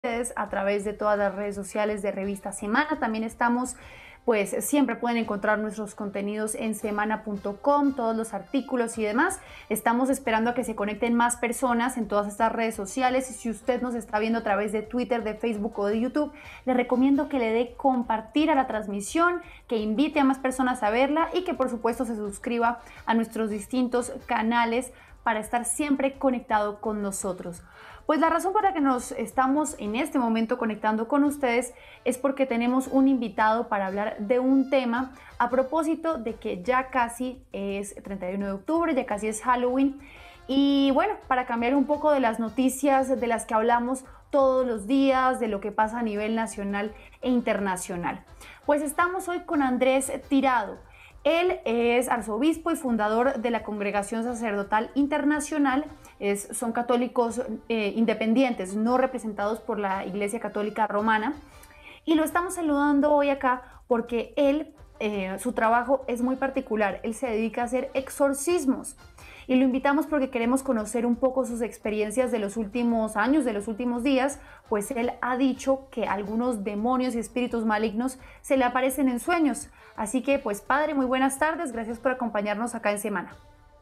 a través de todas las redes sociales de Revista Semana. También estamos, pues siempre pueden encontrar nuestros contenidos en semana.com, todos los artículos y demás. Estamos esperando a que se conecten más personas en todas estas redes sociales. Y si usted nos está viendo a través de Twitter, de Facebook o de YouTube, le recomiendo que le dé compartir a la transmisión, que invite a más personas a verla y que por supuesto se suscriba a nuestros distintos canales para estar siempre conectado con nosotros. Pues la razón por la que nos estamos en este momento conectando con ustedes es porque tenemos un invitado para hablar de un tema a propósito de que ya casi es 31 de octubre, ya casi es Halloween. Y bueno, para cambiar un poco de las noticias de las que hablamos todos los días, de lo que pasa a nivel nacional e internacional. Pues estamos hoy con Andrés Tirado. Él es arzobispo y fundador de la Congregación Sacerdotal Internacional. Son católicos independientes, no representados por la Iglesia Católica Romana. Y lo estamos saludando hoy acá porque él, su trabajo es muy particular. Él se dedica a hacer exorcismos. Y lo invitamos porque queremos conocer un poco sus experiencias de los últimos años, de los últimos días, pues él ha dicho que algunos demonios y espíritus malignos se le aparecen en sueños. Así que, pues padre, muy buenas tardes, gracias por acompañarnos acá en Semana.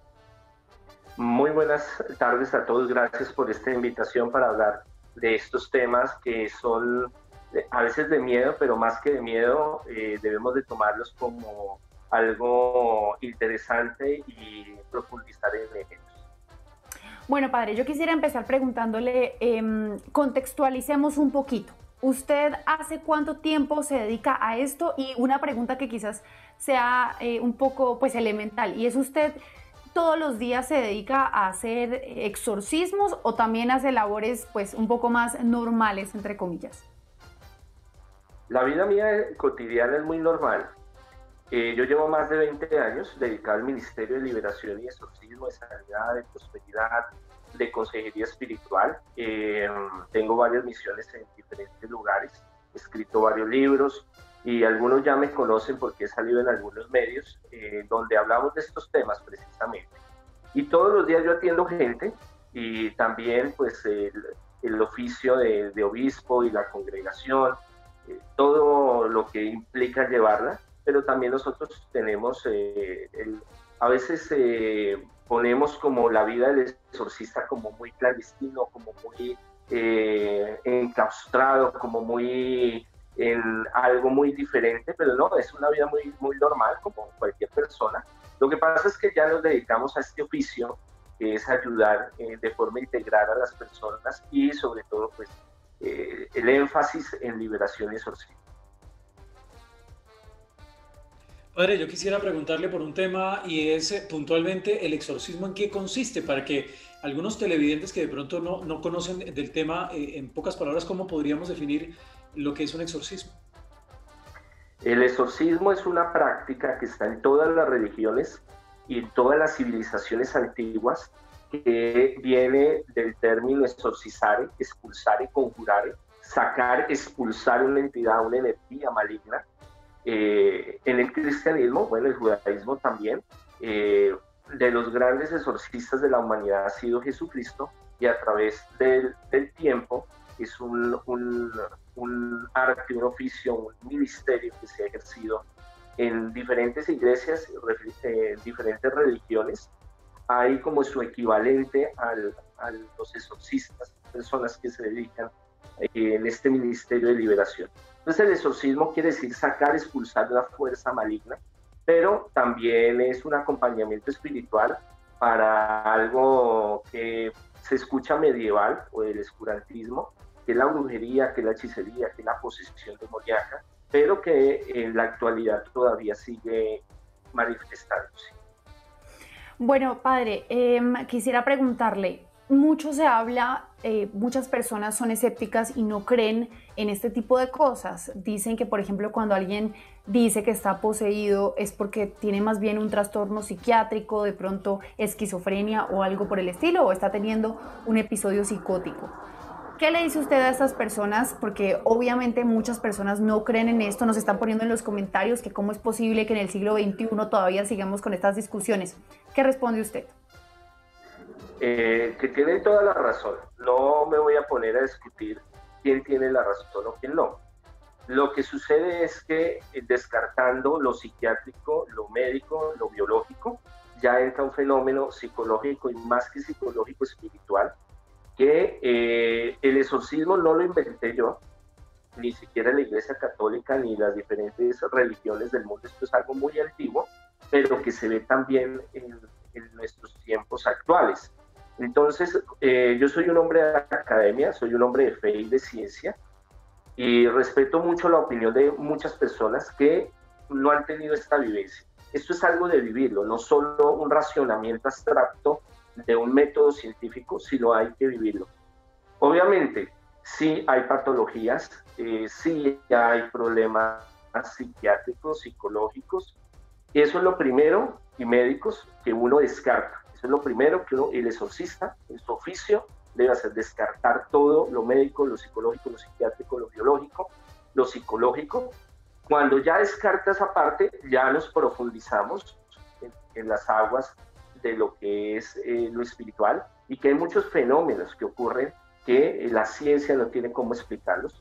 Muy buenas tardes a todos, gracias por esta invitación para hablar de estos temas que son a veces de miedo, pero más que de miedo debemos de tomarlos como algo interesante y profundizar en ellos. Bueno, padre, yo quisiera empezar preguntándole, contextualicemos un poquito. ¿Usted hace cuánto tiempo se dedica a esto? Y una pregunta que quizás sea un poco pues elemental, y es usted todos los días se dedica a hacer exorcismos o también hace labores pues un poco más normales, entre comillas. La vida mía cotidiana es muy normal. Yo llevo más de 20 años dedicado al Ministerio de Liberación y Exorcismo, de Sanidad, de Prosperidad, de Consejería Espiritual. Tengo varias misiones en diferentes lugares, he escrito varios libros y algunos ya me conocen porque he salido en algunos medios donde hablamos de estos temas precisamente. Y todos los días yo atiendo gente y también pues el oficio de obispo y la congregación, todo lo que implica llevarla. Pero también nosotros tenemos, a veces ponemos como la vida del exorcista como muy clandestino, como muy enclaustrado, como muy en algo muy diferente, pero no, es una vida muy, muy normal como cualquier persona. Lo que pasa es que ya nos dedicamos a este oficio, que es ayudar de forma integral a las personas y sobre todo pues el énfasis en liberación y exorcismo. Padre, yo quisiera preguntarle por un tema y es puntualmente el exorcismo, ¿en qué consiste? Para que algunos televidentes que de pronto no conocen del tema, en pocas palabras, ¿cómo podríamos definir lo que es un exorcismo? El exorcismo es una práctica que está en todas las religiones y en todas las civilizaciones antiguas, que viene del término exorcizare, expulsare, conjurare, sacar, expulsar una entidad, una energía maligna. En el cristianismo, bueno, el judaísmo también, de los grandes exorcistas de la humanidad ha sido Jesucristo, y a través del tiempo es un arte, un oficio, un ministerio que se ha ejercido en diferentes iglesias, diferentes religiones. Hay como su equivalente a los exorcistas, personas que se dedican en este ministerio de liberación. Entonces el exorcismo quiere decir sacar, expulsar una fuerza maligna, pero también es un acompañamiento espiritual para algo que se escucha medieval, o el oscurantismo, que es la brujería, que es la hechicería, que es la posesión demoníaca, pero que en la actualidad todavía sigue manifestándose. Bueno, padre, quisiera preguntarle, mucho se habla, muchas personas son escépticas y no creen en este tipo de cosas. Dicen que, por ejemplo, cuando alguien dice que está poseído es porque tiene más bien un trastorno psiquiátrico, de pronto esquizofrenia o algo por el estilo, o está teniendo un episodio psicótico. ¿Qué le dice usted a estas personas? Porque obviamente muchas personas no creen en esto, nos están poniendo en los comentarios que cómo es posible que en el siglo XXI todavía sigamos con estas discusiones. ¿Qué responde usted? Que tienen toda la razón. No me voy a poner a discutir quién tiene la razón o quién no. Lo que sucede es que descartando lo psiquiátrico, lo médico, lo biológico, ya entra un fenómeno psicológico y más que psicológico, espiritual, que el exorcismo no lo inventé yo, ni siquiera la Iglesia Católica ni las diferentes religiones del mundo. Esto es algo muy antiguo, pero que se ve también en nuestros tiempos actuales. Entonces, yo soy un hombre de academia, soy un hombre de fe y de ciencia, y respeto mucho la opinión de muchas personas que no han tenido esta vivencia. Esto es algo de vivirlo, no solo un racionamiento abstracto de un método científico, sino hay que vivirlo. Obviamente, sí hay patologías, sí hay problemas psiquiátricos, psicológicos, y eso es lo primero, y médicos, que uno descarta. Eso es lo primero que uno, el exorcista, en su oficio, debe hacer, descartar todo lo médico, lo psicológico, lo psiquiátrico, lo biológico, lo psicológico. Cuando ya descarta esa parte, ya nos profundizamos en las aguas de lo que es lo espiritual, y que hay muchos fenómenos que ocurren que la ciencia no tiene cómo explicarlos,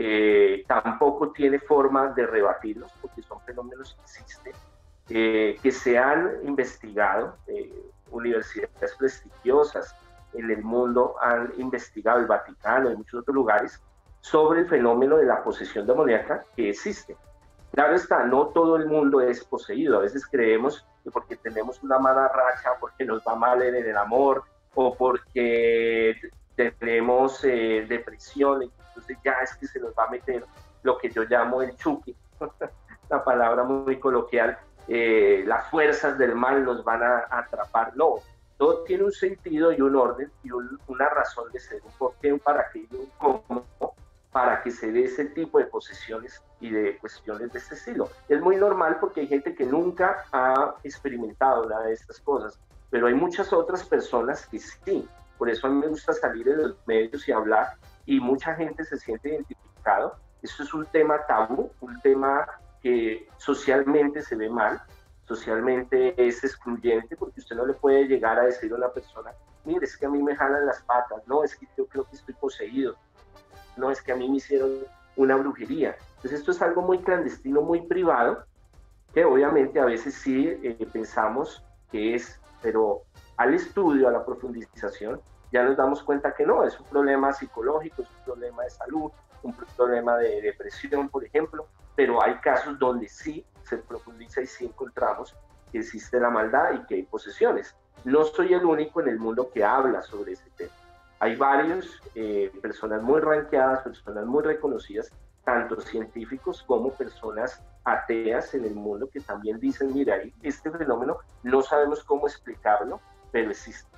tampoco tiene forma de rebatirlos, porque son fenómenos que existen, que se han investigado, universidades prestigiosas en el mundo han investigado, el Vaticano y muchos otros lugares, sobre el fenómeno de la posesión demoníaca que existe. Claro está, no todo el mundo es poseído. A veces creemos que porque tenemos una mala racha, porque nos va mal en el amor, o porque tenemos depresión, entonces ya es que se nos va a meter lo que yo llamo el chuki, la palabra muy coloquial, las fuerzas del mal nos van a atrapar. No, todo tiene un sentido y un orden y una razón de ser, un porqué, un para qué y un cómo, para que se dé ese tipo de posesiones y de cuestiones de este estilo. Es muy normal porque hay gente que nunca ha experimentado nada de estas cosas, pero hay muchas otras personas que sí. Por eso a mí me gusta salir en los medios y hablar, y mucha gente se siente identificado. Esto es un tema tabú, un tema que socialmente se ve mal, socialmente es excluyente, porque usted no le puede llegar a decir a una persona, mire, es que a mí me jalan las patas, no, es que yo creo que estoy poseído, no, es que a mí me hicieron una brujería. Entonces esto es algo muy clandestino, muy privado, que obviamente a veces sí pensamos que es, pero al estudio, a la profundización, ya nos damos cuenta que no, es un problema psicológico, es un problema de salud, un problema de depresión, por ejemplo, pero hay casos donde sí se profundiza y sí encontramos que existe la maldad y que hay posesiones. No soy el único en el mundo que habla sobre ese tema. Hay varios, personas muy rankeadas, personas muy reconocidas, tanto científicos como personas ateas en el mundo, que también dicen, mira, este fenómeno no sabemos cómo explicarlo, pero existe.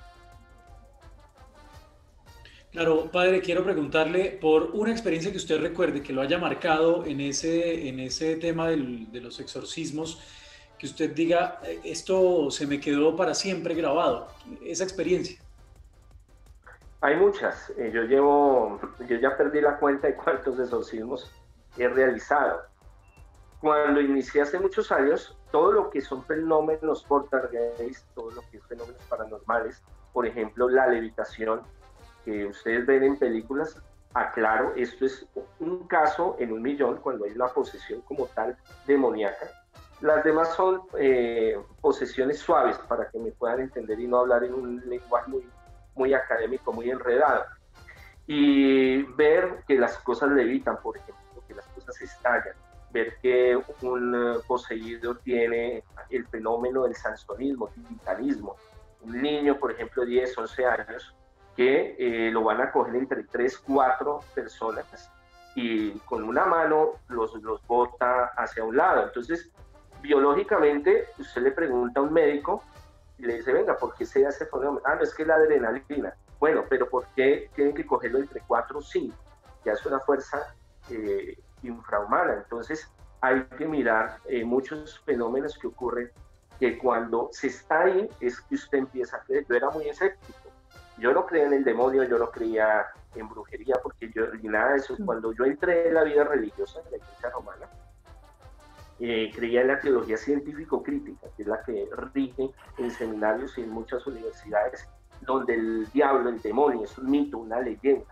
Claro, padre, quiero preguntarle por una experiencia que usted recuerde que lo haya marcado en ese tema de los exorcismos, que usted diga, esto se me quedó para siempre grabado, esa experiencia. Hay muchas. Yo ya perdí la cuenta de cuántos exorcismos he realizado. Cuando inicié hace muchos años, todo lo que son fenómenos poltergeist, todo lo que es fenómenos paranormales, por ejemplo, la levitación, que ustedes ven en películas, aclaro, esto es un caso en 1.000.000 cuando hay una posesión como tal demoníaca. Las demás son posesiones suaves, para que me puedan entender y no hablar en un lenguaje muy académico, muy enredado. Y ver que las cosas levitan, por ejemplo, que las cosas estallan, ver que un poseído tiene el fenómeno del sansonismo, tibitanismo. Un niño, por ejemplo, 10, 11 años, que lo van a coger entre 3, 4 personas y con una mano los bota hacia un lado. Entonces, biológicamente, usted le pregunta a un médico y le dice, venga, ¿por qué se hace fenómeno? Ah, no, es que es la adrenalina. Bueno, pero ¿por qué tienen que cogerlo entre 4 o 5? Ya es una fuerza infrahumana. Entonces, hay que mirar muchos fenómenos que ocurren, que cuando se está ahí es que usted empieza a creer. Yo era muy escéptico. Yo no creía en el demonio, yo no creía en brujería, porque yo ni nada de eso. Cuando yo entré en la vida religiosa, en la Iglesia romana, creía en la teología científico-crítica, que es la que rige en seminarios y en muchas universidades, donde el diablo, el demonio, es un mito, una leyenda.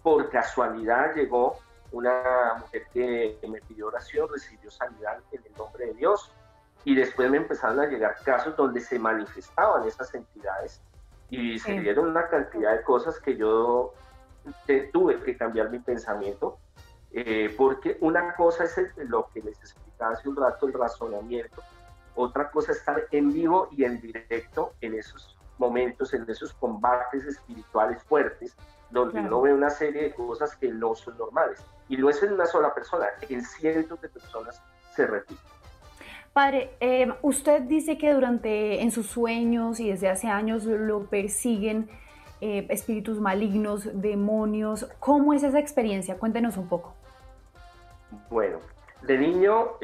por casualidad llegó una mujer que me pidió oración, recibió sanidad en el nombre de Dios, y después me empezaron a llegar casos donde se manifestaban esas entidades y se dieron una cantidad de cosas que yo tuve que cambiar mi pensamiento, porque una cosa es lo que les explicaba hace un rato, el razonamiento, otra cosa es estar en vivo y en directo en esos momentos, en esos combates espirituales fuertes, donde uno ve una serie de cosas que no son normales. Y no es en una sola persona, en cientos de personas se repite. Padre, usted dice que en sus sueños y desde hace años lo persiguen espíritus malignos, demonios. ¿Cómo es esa experiencia? Cuéntenos un poco. Bueno, de niño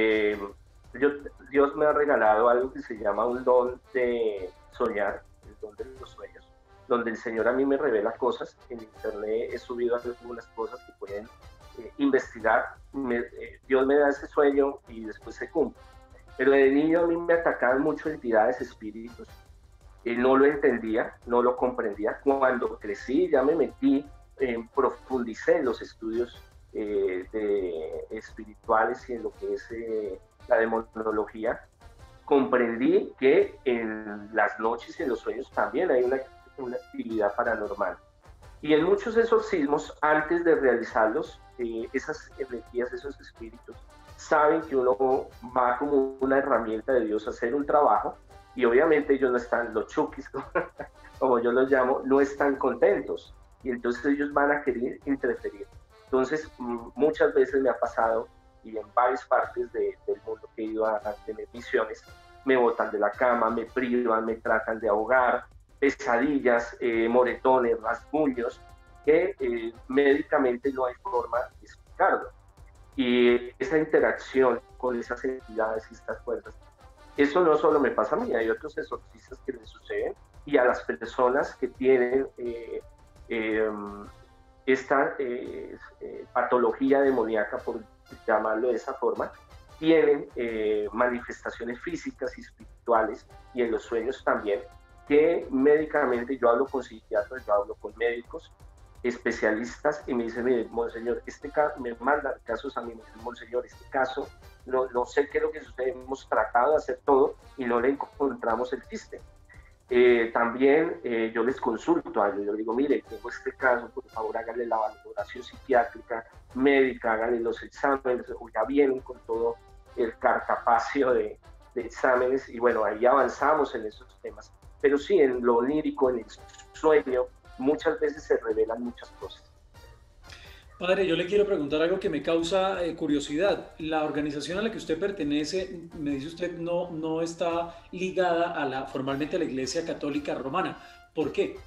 Dios me ha regalado algo que se llama un don de soñar, el don de los sueños, donde el Señor a mí me revela cosas. En internet he subido algunas cosas que pueden investigar. Dios me da ese sueño y después se cumple. Pero de niño a mí me atacaban mucho entidades, espíritus. No lo entendía, no lo comprendía. Cuando crecí ya me metí, profundicé en los estudios espirituales y en lo que es la demonología. Comprendí que en las noches y en los sueños también hay una actividad paranormal. Y en muchos exorcismos, antes de realizarlos, esas energías, esos espíritus, saben que uno va como una herramienta de Dios a hacer un trabajo, y obviamente ellos no están, los chukis, como yo los llamo, no están contentos, y entonces ellos van a querer interferir. Entonces, muchas veces me ha pasado, y en varias partes del mundo que he ido a tener visiones, me botan de la cama, me privan, me tratan de ahogar, pesadillas, moretones, rasguños, que médicamente no hay forma de explicarlo. Y esa interacción con esas entidades y estas fuerzas, eso no solo me pasa a mí, hay otros exorcistas que les suceden, y a las personas que tienen esta patología demoníaca, por llamarlo de esa forma, tienen manifestaciones físicas y espirituales, y en los sueños también, que médicamente yo hablo con psiquiatras, yo hablo con médicos, especialistas, y me dicen: mire, monseñor, este caso, me mandan casos a mí, me dicen: monseñor, este caso, no sé qué es lo que sucede, hemos tratado de hacer todo y no le encontramos el chiste. También yo les consulto a ellos, yo les digo: mire, tengo este caso, por favor háganle la valoración psiquiátrica, médica, háganle los exámenes, o ya vienen con todo el cartapacio de exámenes, y bueno, ahí avanzamos en esos temas. Pero sí, en lo onírico, en el sueño, muchas veces se revelan muchas cosas. Padre, yo le quiero preguntar algo que me causa curiosidad. La organización a la que usted pertenece, me dice usted, no está ligada formalmente a la Iglesia Católica Romana. ¿Por qué?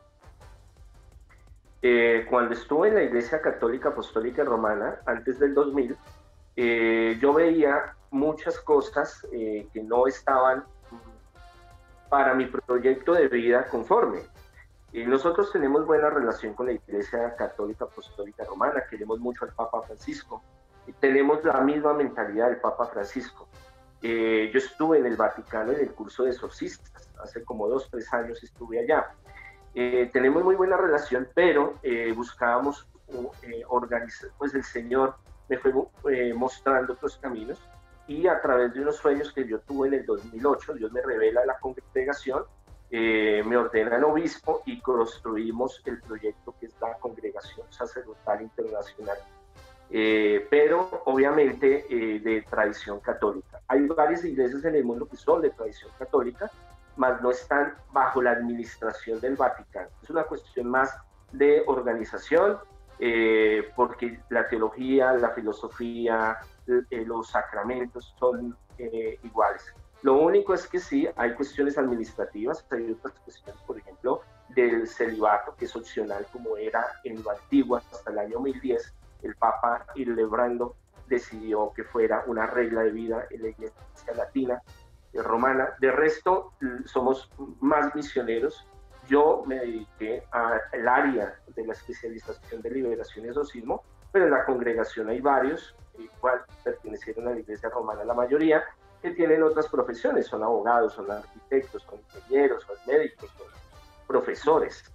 Cuando estuve en la Iglesia Católica Apostólica Romana, antes del 2000, yo veía muchas cosas que no estaban para mi proyecto de vida conforme. Nosotros tenemos buena relación con la Iglesia Católica Apostólica Romana, queremos mucho al Papa Francisco, y tenemos la misma mentalidad del Papa Francisco. Yo estuve en el Vaticano en el curso de exorcistas, hace como 2 o 3 años estuve allá. Tenemos muy buena relación, pero buscábamos organizar, pues el Señor me fue mostrando otros caminos, y a través de unos sueños que yo tuve en el 2008, Dios me revela la congregación, me ordenan obispo, y construimos el proyecto que es la Congregación Sacerdotal Internacional, pero obviamente de tradición católica. Hay varias iglesias en el mundo que son de tradición católica, mas no están bajo la administración del Vaticano. Es una cuestión más de organización, porque la teología, la filosofía, los sacramentos son iguales. Lo único es que sí, hay cuestiones administrativas, hay otras cuestiones, por ejemplo, del celibato, que es opcional, como era en lo antiguo hasta el año 1010. El Papa Hildebrando decidió que fuera una regla de vida en la Iglesia Latina Romana. De resto, somos más misioneros. Yo me dediqué al área de la especialización de liberación y exorcismo, pero en la congregación hay varios, igual pertenecieron a la Iglesia Romana la mayoría, que tienen otras profesiones, son abogados, son arquitectos, son ingenieros, son médicos, son profesores.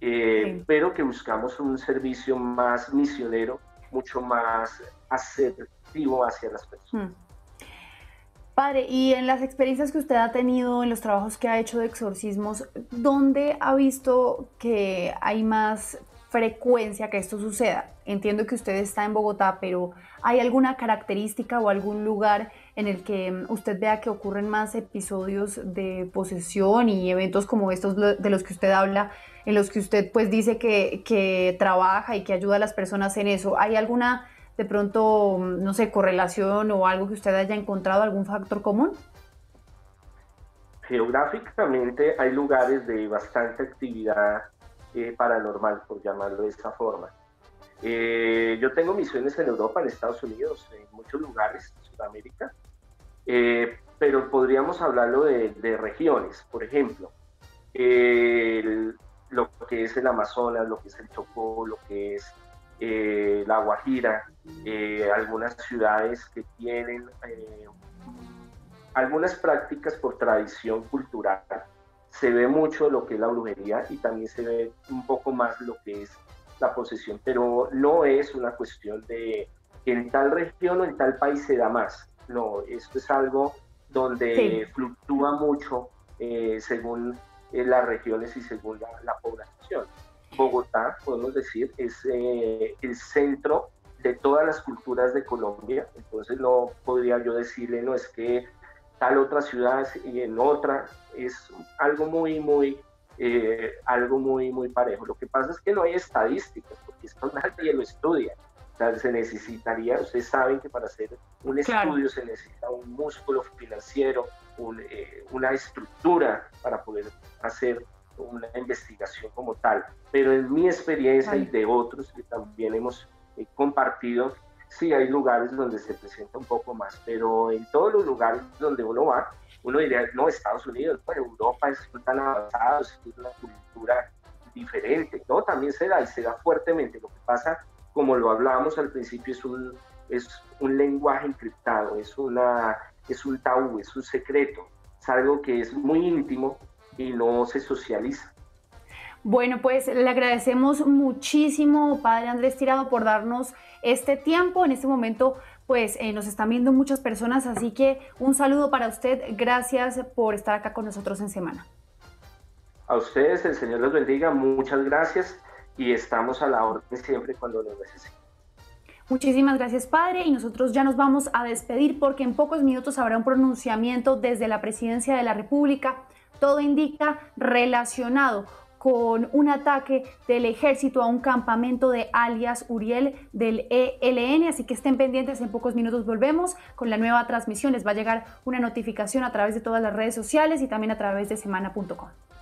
Sí. pero que buscamos un servicio más misionero, mucho más asertivo hacia las personas. Mm. Padre, y en las experiencias que usted ha tenido, en los trabajos que ha hecho de exorcismos, ¿dónde ha visto que hay más frecuencia que esto suceda? Entiendo que usted está en Bogotá, pero ¿hay alguna característica o algún lugar en el que usted vea que ocurren más episodios de posesión y eventos como estos de los que usted habla, en los que usted pues dice que trabaja y que ayuda a las personas en eso? ¿Hay alguna de pronto, no sé, correlación o algo que usted haya encontrado, algún factor común? Geográficamente hay lugares de bastante actividad paranormal, por llamarlo de esa forma. Yo tengo misiones en Europa, en Estados Unidos, en muchos lugares, en Sudamérica, pero podríamos hablarlo de regiones, por ejemplo, lo que es el Amazonas, lo que es el Chocó, lo que es La Guajira, algunas ciudades que tienen algunas prácticas por tradición cultural. Se ve mucho lo que es la brujería y también se ve un poco más lo que es la posesión, pero no es una cuestión de que en tal región o en tal país se da más. No, esto es algo donde Sí. fluctúa mucho según las regiones y según la población. Bogotá, podemos decir, es el centro de todas las culturas de Colombia, entonces no podría yo decirle, no, es que tal otra ciudad y en otra, es algo muy parejo. Lo que pasa es que no hay estadísticas, porque esto nadie lo estudia. O sea, se necesitaría, ustedes saben que para hacer un Claro. estudio se necesita un músculo financiero, una estructura para poder hacer una investigación como tal. Pero en mi experiencia y Vale. de otros que también hemos compartido, sí hay lugares donde se presenta un poco más, pero en todos los lugares donde uno va, uno diría, no, Estados Unidos, bueno, Europa es tan avanzado, es una cultura diferente, no, también se da y se da fuertemente. Lo que pasa, como lo hablábamos al principio, es un lenguaje encriptado, es un tabú, es un secreto, es algo que es muy íntimo y no se socializa. Bueno, pues le agradecemos muchísimo, Padre Andrés Tirado, por darnos este tiempo. En este momento, pues nos están viendo muchas personas, así que un saludo para usted. Gracias por estar acá con nosotros en Semana. A ustedes, el Señor los bendiga, muchas gracias y estamos a la orden siempre cuando lo necesiten. Muchísimas gracias, Padre, y nosotros ya nos vamos a despedir porque en pocos minutos habrá un pronunciamiento desde la Presidencia de la República. Todo indica relacionado con un ataque del ejército a un campamento de alias Uriel del ELN, así que estén pendientes, en pocos minutos volvemos con la nueva transmisión. Les va a llegar una notificación a través de todas las redes sociales y también a través de semana.com.